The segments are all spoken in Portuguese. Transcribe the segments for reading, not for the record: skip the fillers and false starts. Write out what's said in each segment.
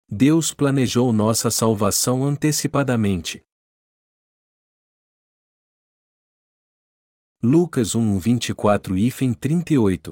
Deus planejou nossa salvação antecipadamente. Lucas 1:24-38.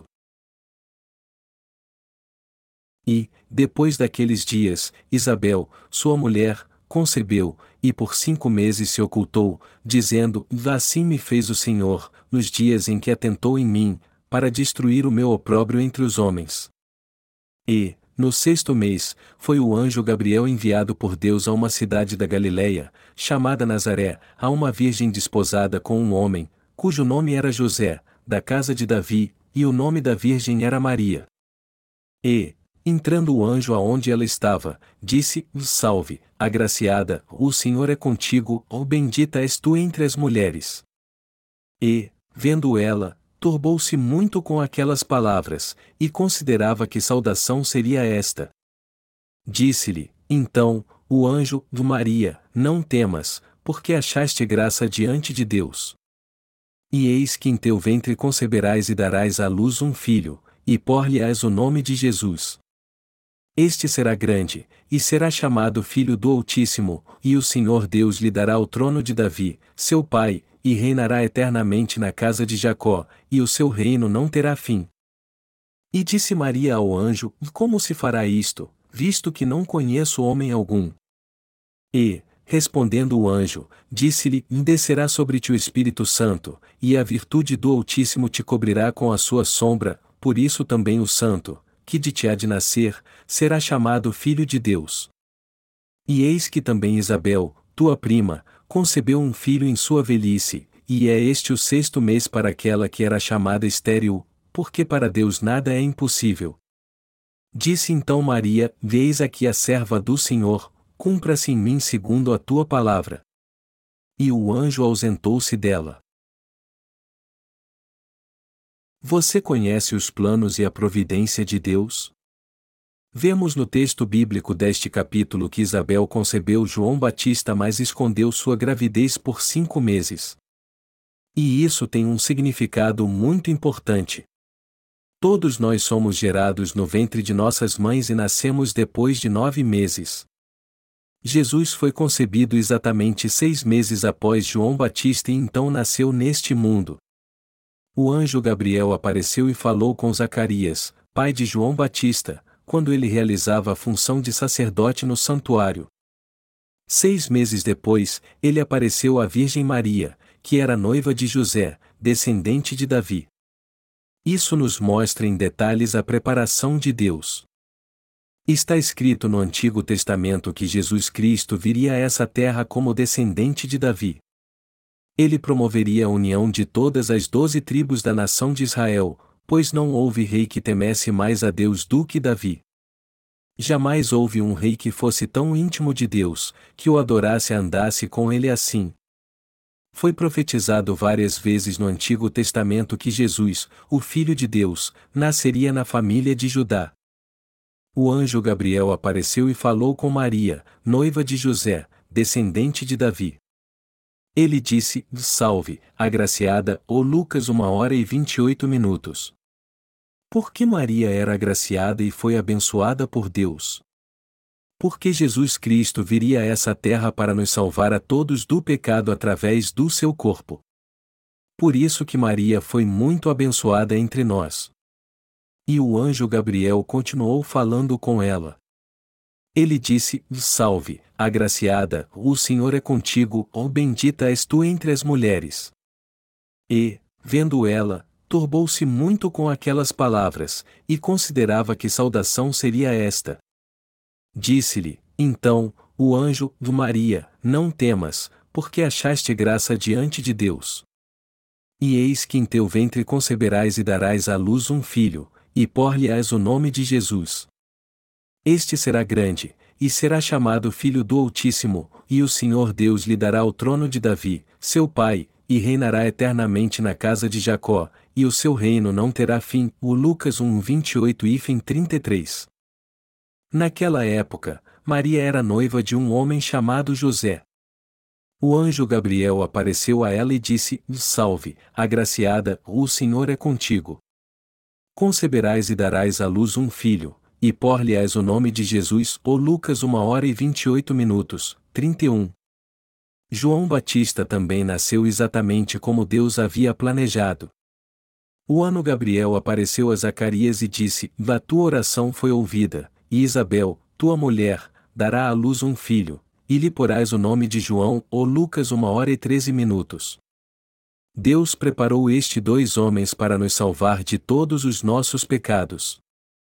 E, depois daqueles dias, Isabel, sua mulher, concebeu, e por 5 meses se ocultou, dizendo: Assim me fez o Senhor, nos dias em que atentou em mim, para destruir o meu opróbrio entre os homens. E, no 6º mês, foi o anjo Gabriel enviado por Deus a uma cidade da Galileia, chamada Nazaré, a uma virgem desposada com um homem, cujo nome era José, da casa de Davi, e o nome da virgem era Maria. E, entrando o anjo aonde ela estava, disse: Salve, agraciada, o Senhor é contigo, ou bendita és tu entre as mulheres. E, vendo ela, turbou-se muito com aquelas palavras, e considerava que saudação seria esta. Disse-lhe, então, o anjo: Maria, não temas, porque achaste graça diante de Deus. E eis que em teu ventre conceberás e darás à luz um filho, e por-lhe-ás o nome de Jesus. Este será grande, e será chamado Filho do Altíssimo, e o Senhor Deus lhe dará o trono de Davi, seu pai, e reinará eternamente na casa de Jacó, e o seu reino não terá fim. E disse Maria ao anjo: Como se fará isto, visto que não conheço homem algum? E, respondendo o anjo, disse-lhe: Descerá sobre ti o Espírito Santo, e a virtude do Altíssimo te cobrirá com a sua sombra, por isso também o Santo, que de ti há de nascer, será chamado Filho de Deus. E eis que também Isabel, tua prima, concebeu um filho em sua velhice, e é este o 6º mês para aquela que era chamada estéril, porque para Deus nada é impossível. Disse então Maria: Eis aqui a serva do Senhor, cumpra-se em mim segundo a tua palavra. E o anjo ausentou-se dela. Você conhece os planos e a providência de Deus? Vemos no texto bíblico deste capítulo que Isabel concebeu João Batista, mas escondeu sua gravidez por 5 meses. E isso tem um significado muito importante. Todos nós somos gerados no ventre de nossas mães e nascemos depois de 9 meses. Jesus foi concebido exatamente 6 meses após João Batista e então nasceu neste mundo. O anjo Gabriel apareceu e falou com Zacarias, pai de João Batista, quando ele realizava a função de sacerdote no santuário. 6 meses depois, ele apareceu à Virgem Maria, que era noiva de José, descendente de Davi. Isso nos mostra em detalhes a preparação de Deus. Está escrito no Antigo Testamento que Jesus Cristo viria a essa terra como descendente de Davi. Ele promoveria a união de todas as 12 tribos da nação de Israel, pois não houve rei que temesse mais a Deus do que Davi. Jamais houve um rei que fosse tão íntimo de Deus, que o adorasse e andasse com ele assim. Foi profetizado várias vezes no Antigo Testamento que Jesus, o Filho de Deus, nasceria na família de Judá. O anjo Gabriel apareceu e falou com Maria, noiva de José, descendente de Davi. Ele disse: Salve, agraciada, ou Lucas 1h28. Por que Maria era agraciada e foi abençoada por Deus? Porque Jesus Cristo viria a essa terra para nos salvar a todos do pecado através do seu corpo. Por isso que Maria foi muito abençoada entre nós. E o anjo Gabriel continuou falando com ela. Ele disse: Salve, agraciada, o Senhor é contigo, ou bendita és tu entre as mulheres. E, vendo ela, turbou-se muito com aquelas palavras, e considerava que saudação seria esta. Disse-lhe, então, o anjo: Maria, não temas, porque achaste graça diante de Deus. E eis que em teu ventre conceberás e darás à luz um filho, e por-lhe-ás o nome de Jesus. Este será grande, e será chamado Filho do Altíssimo, e o Senhor Deus lhe dará o trono de Davi, seu pai, e reinará eternamente na casa de Jacó, e o seu reino não terá fim. O Lucas 1:28-33. Naquela época, Maria era noiva de um homem chamado José. O anjo Gabriel apareceu a ela e disse: Salve, agraciada, o Senhor é contigo. Conceberás e darás à luz um filho, e pôr-lhe-ás o nome de Jesus, ou Lucas 1h28, 31. João Batista também nasceu exatamente como Deus havia planejado. O anjo Gabriel apareceu a Zacarias e disse: A tua oração foi ouvida, e Isabel, tua mulher, dará à luz um filho, e lhe porás o nome de João, ou Lucas 1h13. Deus preparou estes dois homens para nos salvar de todos os nossos pecados.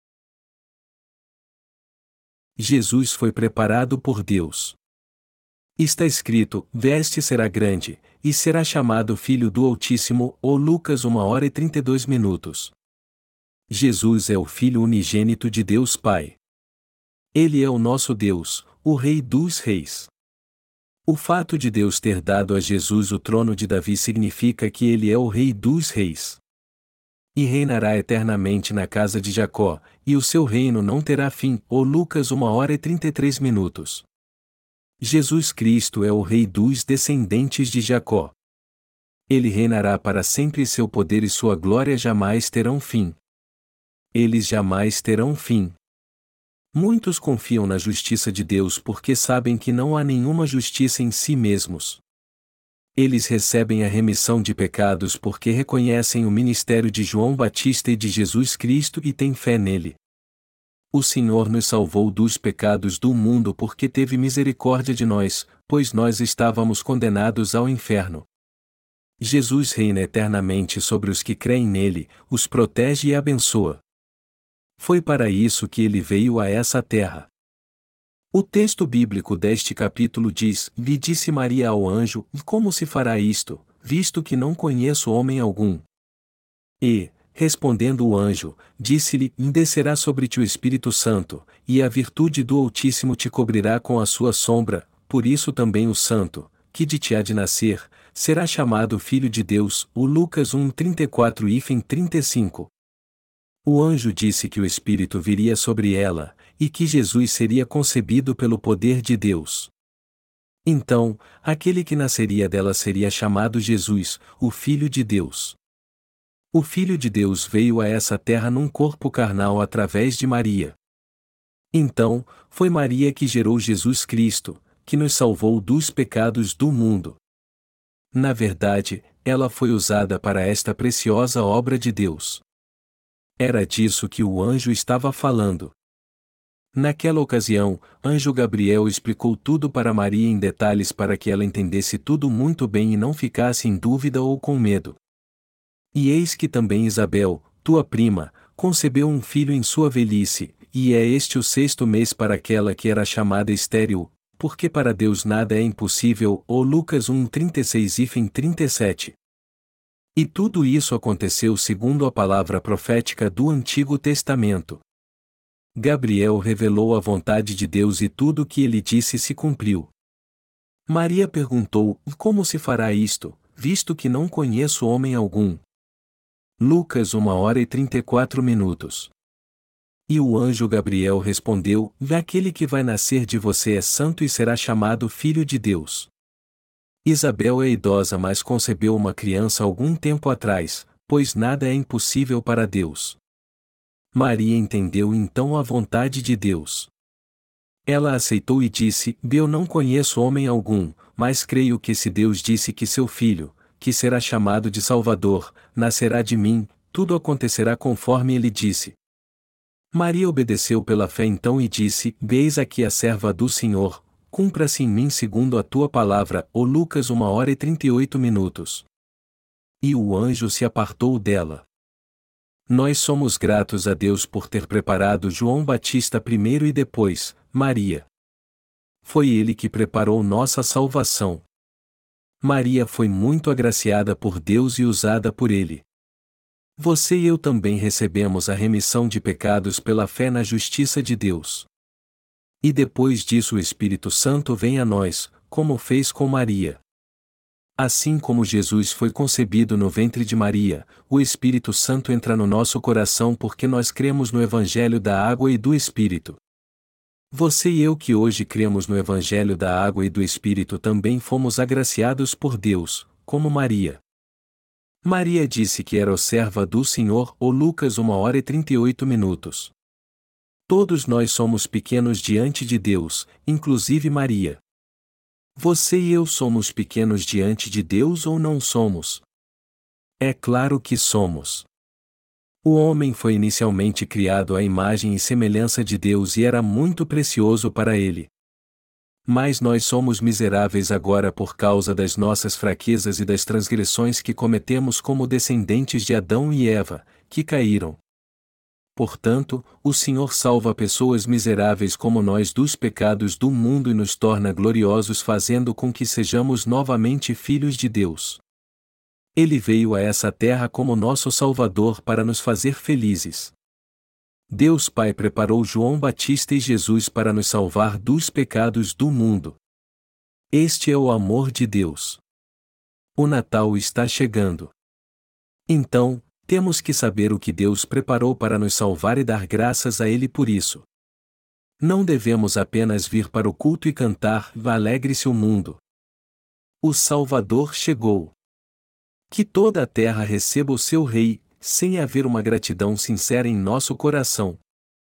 Jesus foi preparado por Deus. Está escrito: Veste será grande, e será chamado Filho do Altíssimo, ou Lucas 1h32. Jesus é o Filho unigênito de Deus Pai. Ele é o nosso Deus, o Rei dos Reis. O fato de Deus ter dado a Jesus o trono de Davi significa que ele é o Rei dos Reis. E reinará eternamente na casa de Jacó, e o seu reino não terá fim, ou Lucas 1h33. Jesus Cristo é o Rei dos descendentes de Jacó. Ele reinará para sempre e seu poder e sua glória jamais terão fim. Eles jamais terão fim. Muitos confiam na justiça de Deus porque sabem que não há nenhuma justiça em si mesmos. Eles recebem a remissão de pecados porque reconhecem o ministério de João Batista e de Jesus Cristo e têm fé nele. O Senhor nos salvou dos pecados do mundo porque teve misericórdia de nós, pois nós estávamos condenados ao inferno. Jesus reina eternamente sobre os que creem nele, os protege e abençoa. Foi para isso que ele veio a essa terra. O texto bíblico deste capítulo diz: Lhe disse Maria ao anjo: Como se fará isto, visto que não conheço homem algum? E, respondendo o anjo, disse-lhe: Descerá sobre ti o Espírito Santo, e a virtude do Altíssimo te cobrirá com a sua sombra, por isso também o Santo, que de ti há de nascer, será chamado Filho de Deus. O Lucas 1:34-35. O anjo disse que o Espírito viria sobre ela, e que Jesus seria concebido pelo poder de Deus. Então, aquele que nasceria dela seria chamado Jesus, o Filho de Deus. O Filho de Deus veio a essa terra num corpo carnal através de Maria. Então, foi Maria que gerou Jesus Cristo, que nos salvou dos pecados do mundo. Na verdade, ela foi usada para esta preciosa obra de Deus. Era disso que o anjo estava falando. Naquela ocasião, anjo Gabriel explicou tudo para Maria em detalhes para que ela entendesse tudo muito bem e não ficasse em dúvida ou com medo. E eis que também Isabel, tua prima, concebeu um filho em sua velhice, e é este o 6º mês para aquela que era chamada estéril, porque para Deus nada é impossível. Ou Lucas 1:36-37. E tudo isso aconteceu segundo a palavra profética do Antigo Testamento. Gabriel revelou a vontade de Deus e tudo o que ele disse se cumpriu. Maria perguntou: Como se fará isto, visto que não conheço homem algum? Lucas 1h34. E o anjo Gabriel respondeu: Aquele que vai nascer de você é santo e será chamado Filho de Deus. Isabel é idosa, mas concebeu uma criança algum tempo atrás, pois nada é impossível para Deus. Maria entendeu então a vontade de Deus. Ela aceitou e disse: Eu não conheço homem algum, mas creio que se Deus disse que seu filho, que será chamado de Salvador, nascerá de mim, tudo acontecerá conforme ele disse. Maria obedeceu pela fé então e disse: Eis aqui a serva do Senhor, cumpra-se em mim segundo a tua palavra. O Lucas 1h38. E o anjo se apartou dela. Nós somos gratos a Deus por ter preparado João Batista primeiro e depois, Maria. Foi ele que preparou nossa salvação. Maria foi muito agraciada por Deus e usada por ele. Você e eu também recebemos a remissão de pecados pela fé na justiça de Deus. E depois disso o Espírito Santo vem a nós, como fez com Maria. Assim como Jesus foi concebido no ventre de Maria, o Espírito Santo entra no nosso coração porque nós cremos no Evangelho da Água e do Espírito. Você e eu que hoje cremos no Evangelho da Água e do Espírito também fomos agraciados por Deus, como Maria. Maria disse que era serva do Senhor. O Lucas 1h38. Todos nós somos pequenos diante de Deus, inclusive Maria. Você e eu somos pequenos diante de Deus ou não somos? É claro que somos. O homem foi inicialmente criado à imagem e semelhança de Deus e era muito precioso para ele. Mas nós somos miseráveis agora por causa das nossas fraquezas e das transgressões que cometemos como descendentes de Adão e Eva, que caíram. Portanto, o Senhor salva pessoas miseráveis como nós dos pecados do mundo e nos torna gloriosos fazendo com que sejamos novamente filhos de Deus. Ele veio a essa terra como nosso Salvador para nos fazer felizes. Deus Pai preparou João Batista e Jesus para nos salvar dos pecados do mundo. Este é o amor de Deus. O Natal está chegando. Então, temos que saber o que Deus preparou para nos salvar e dar graças a Ele por isso. Não devemos apenas vir para o culto e cantar "Alegre-se o mundo". O Salvador chegou. Que toda a terra receba o seu Rei, sem haver uma gratidão sincera em nosso coração.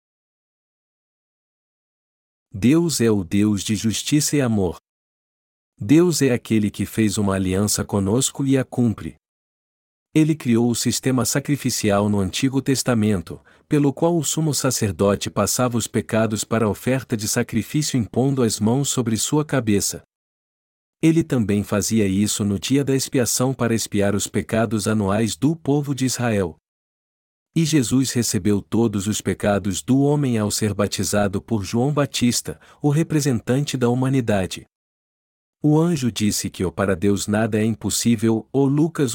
Deus é o Deus de justiça e amor. Deus é aquele que fez uma aliança conosco e a cumpre. Ele criou o sistema sacrificial no Antigo Testamento, pelo qual o sumo sacerdote passava os pecados para a oferta de sacrifício impondo as mãos sobre sua cabeça. Ele também fazia isso no dia da expiação para expiar os pecados anuais do povo de Israel. E Jesus recebeu todos os pecados do homem ao ser batizado por João Batista, o representante da humanidade. O anjo disse que para Deus nada é impossível, ou Lucas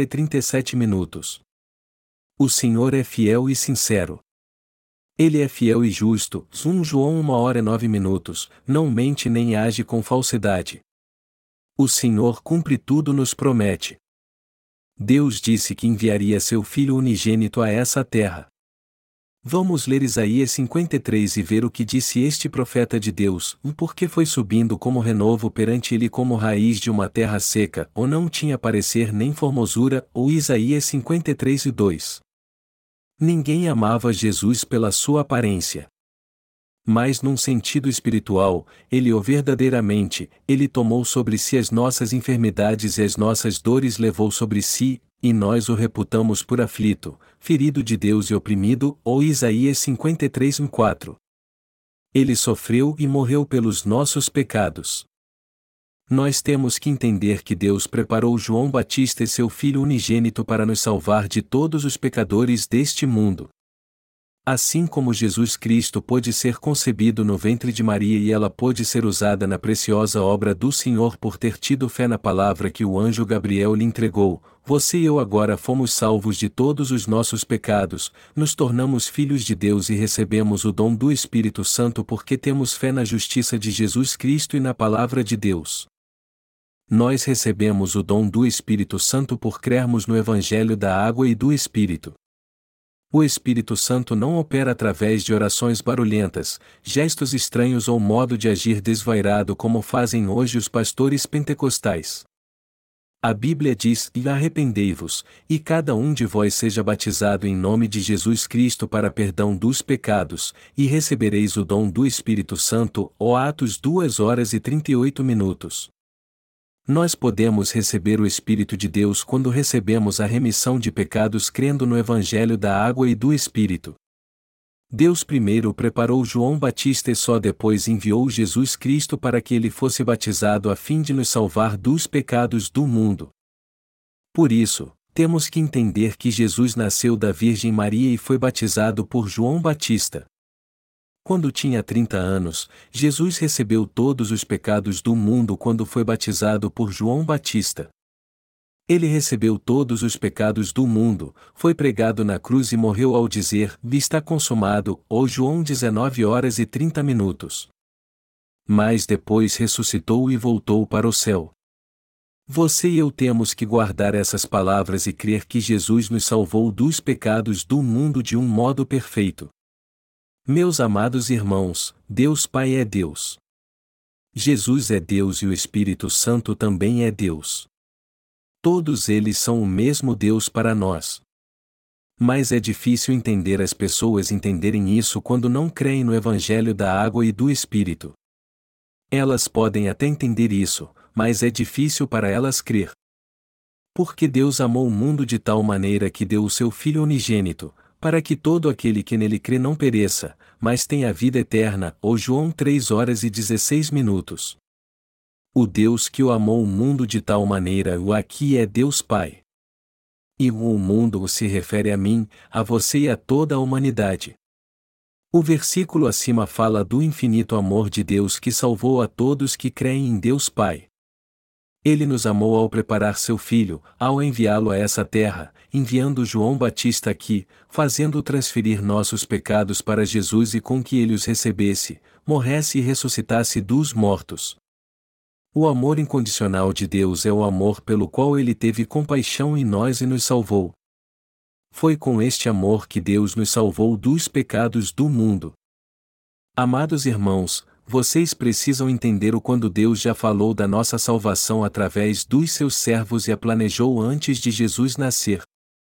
1h37. O Senhor é fiel e sincero. Ele é fiel e justo, 1 João 1h09, não mente nem age com falsidade. O Senhor cumpre tudo nos promete. Deus disse que enviaria seu Filho unigênito a essa terra. Vamos ler Isaías 53 e ver o que disse este profeta de Deus, porque foi subindo como renovo perante ele como raiz de uma terra seca, ou não tinha parecer nem formosura, ou Isaías 53:2. Ninguém amava Jesus pela sua aparência. Mas num sentido espiritual, ele ele tomou sobre si as nossas enfermidades e as nossas dores levou sobre si, e nós o reputamos por aflito, ferido de Deus e oprimido, ou Isaías 53:4. Ele sofreu e morreu pelos nossos pecados. Nós temos que entender que Deus preparou João Batista e seu Filho unigênito para nos salvar de todos os pecadores deste mundo. Assim como Jesus Cristo pôde ser concebido no ventre de Maria e ela pôde ser usada na preciosa obra do Senhor por ter tido fé na palavra que o anjo Gabriel lhe entregou, você e eu agora fomos salvos de todos os nossos pecados, nos tornamos filhos de Deus e recebemos o dom do Espírito Santo porque temos fé na justiça de Jesus Cristo e na palavra de Deus. Nós recebemos o dom do Espírito Santo por crermos no Evangelho da água e do Espírito. O Espírito Santo não opera através de orações barulhentas, gestos estranhos ou modo de agir desvairado como fazem hoje os pastores pentecostais. A Bíblia diz: "E arrependei-vos, e cada um de vós seja batizado em nome de Jesus Cristo para perdão dos pecados, e recebereis o dom do Espírito Santo", ou Atos 2h38. Nós podemos receber o Espírito de Deus quando recebemos a remissão de pecados crendo no Evangelho da água e do Espírito. Deus primeiro preparou João Batista e só depois enviou Jesus Cristo para que ele fosse batizado a fim de nos salvar dos pecados do mundo. Por isso, temos que entender que Jesus nasceu da Virgem Maria e foi batizado por João Batista. Quando tinha 30 anos, Jesus recebeu todos os pecados do mundo quando foi batizado por João Batista. Ele recebeu todos os pecados do mundo, foi pregado na cruz e morreu ao dizer: "Está consumado", ou João 19h30. Mas depois ressuscitou e voltou para o céu. Você e eu temos que guardar essas palavras e crer que Jesus nos salvou dos pecados do mundo de um modo perfeito. Meus amados irmãos, Deus Pai é Deus. Jesus é Deus e o Espírito Santo também é Deus. Todos eles são o mesmo Deus para nós. Mas é difícil entender as pessoas entenderem isso quando não creem no Evangelho da água e do Espírito. Elas podem até entender isso, mas é difícil para elas crer. Porque Deus amou o mundo de tal maneira que deu o seu Filho unigênito, para que todo aquele que nele crê não pereça, mas tenha a vida eterna. Ou João 3:16. O Deus que o amou o mundo de tal maneira, o aqui é Deus Pai. E o mundo se refere a mim, a você e a toda a humanidade. O versículo acima fala do infinito amor de Deus que salvou a todos que creem em Deus Pai. Ele nos amou ao preparar seu Filho, ao enviá-lo a essa terra, enviando João Batista aqui, fazendo transferir nossos pecados para Jesus e com que ele os recebesse, morresse e ressuscitasse dos mortos. O amor incondicional de Deus é o amor pelo qual ele teve compaixão em nós e nos salvou. Foi com este amor que Deus nos salvou dos pecados do mundo. Amados irmãos, vocês precisam entender o quando Deus já falou da nossa salvação através dos seus servos e a planejou antes de Jesus nascer.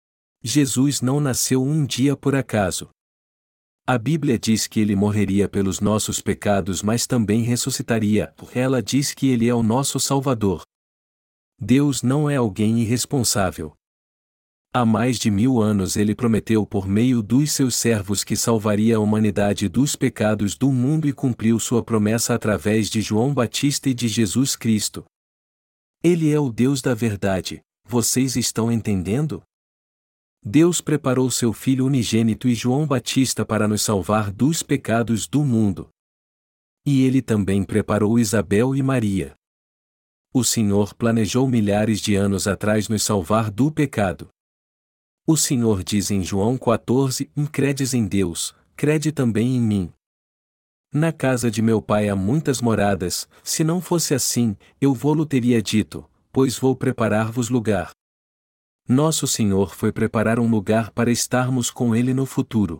Jesus não nasceu um dia por acaso. A Bíblia diz que ele morreria pelos nossos pecados, mas também ressuscitaria. Ela diz que ele é o nosso Salvador. Deus não é alguém irresponsável. Há mais de 1000 anos ele prometeu por meio dos seus servos que salvaria a humanidade dos pecados do mundo e cumpriu sua promessa através de João Batista e de Jesus Cristo. Ele é o Deus da verdade, vocês estão entendendo? Deus preparou seu Filho unigênito e João Batista para nos salvar dos pecados do mundo. E ele também preparou Isabel e Maria. O Senhor planejou milhares de anos atrás nos salvar do pecado. O Senhor diz em João 14: credes em Deus, crede também em mim. Na casa de meu Pai há muitas moradas, se não fosse assim, eu vô-lo teria dito, pois vou preparar-vos lugar. Nosso Senhor foi preparar um lugar para estarmos com Ele no futuro.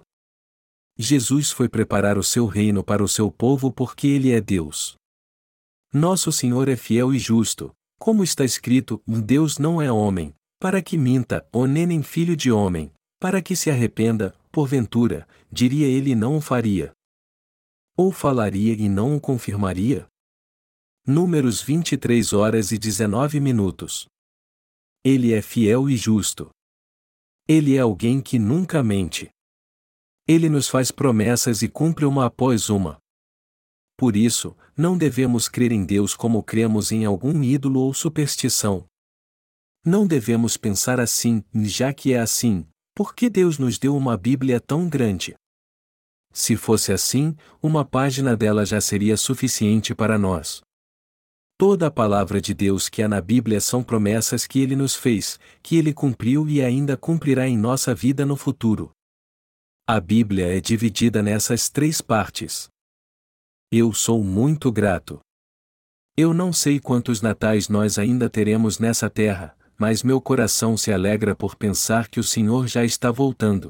Jesus foi preparar o seu reino para o seu povo porque Ele é Deus. Nosso Senhor é fiel e justo, como está escrito: Deus não é homem, para que minta, ou nem filho de homem, para que se arrependa, porventura, diria ele e não o faria. Ou falaria e não o confirmaria? Números 23h19. Ele é fiel e justo. Ele é alguém que nunca mente. Ele nos faz promessas e cumpre uma após uma. Por isso, não devemos crer em Deus como cremos em algum ídolo ou superstição. Não devemos pensar assim, já que é assim, por que Deus nos deu uma Bíblia tão grande? Se fosse assim, uma página dela já seria suficiente para nós. Toda a palavra de Deus que há na Bíblia são promessas que Ele nos fez, que Ele cumpriu e ainda cumprirá em nossa vida no futuro. A Bíblia é dividida nessas 3 partes. Eu sou muito grato. Eu não sei quantos natais nós ainda teremos nessa terra, mas meu coração se alegra por pensar que o Senhor já está voltando.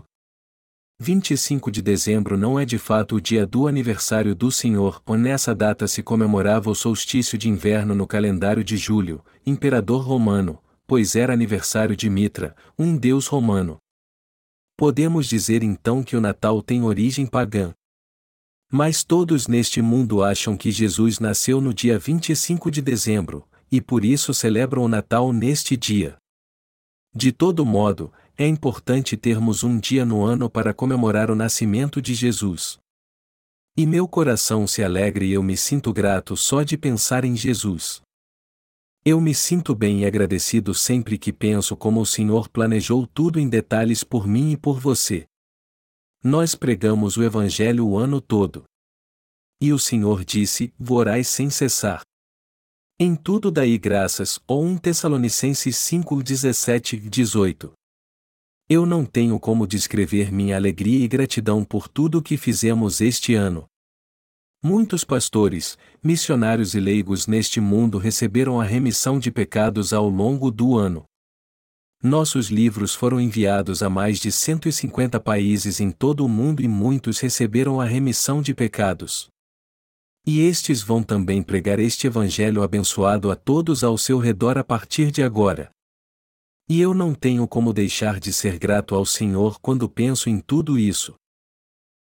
25 de dezembro não é de fato o dia do aniversário do Senhor, ou nessa data se comemorava o solstício de inverno no calendário de Júlio, imperador romano, pois era aniversário de Mitra, um deus romano. Podemos dizer então que o Natal tem origem pagã. Mas todos neste mundo acham que Jesus nasceu no dia 25 de dezembro, e por isso celebram o Natal neste dia. De todo modo, é importante termos um dia no ano para comemorar o nascimento de Jesus. E meu coração se alegra e eu me sinto grato só de pensar em Jesus. Eu me sinto bem e agradecido sempre que penso como o Senhor planejou tudo em detalhes por mim e por você. Nós pregamos o Evangelho o ano todo. E o Senhor disse: orai sem cessar. Em tudo dai graças, ou 1 Tessalonicenses 5:17-18. Eu não tenho como descrever minha alegria e gratidão por tudo o que fizemos este ano. Muitos pastores, missionários e leigos neste mundo receberam a remissão de pecados ao longo do ano. Nossos livros foram enviados a mais de 150 países em todo o mundo e muitos receberam a remissão de pecados. E estes vão também pregar este evangelho abençoado a todos ao seu redor a partir de agora. E eu não tenho como deixar de ser grato ao Senhor quando penso em tudo isso.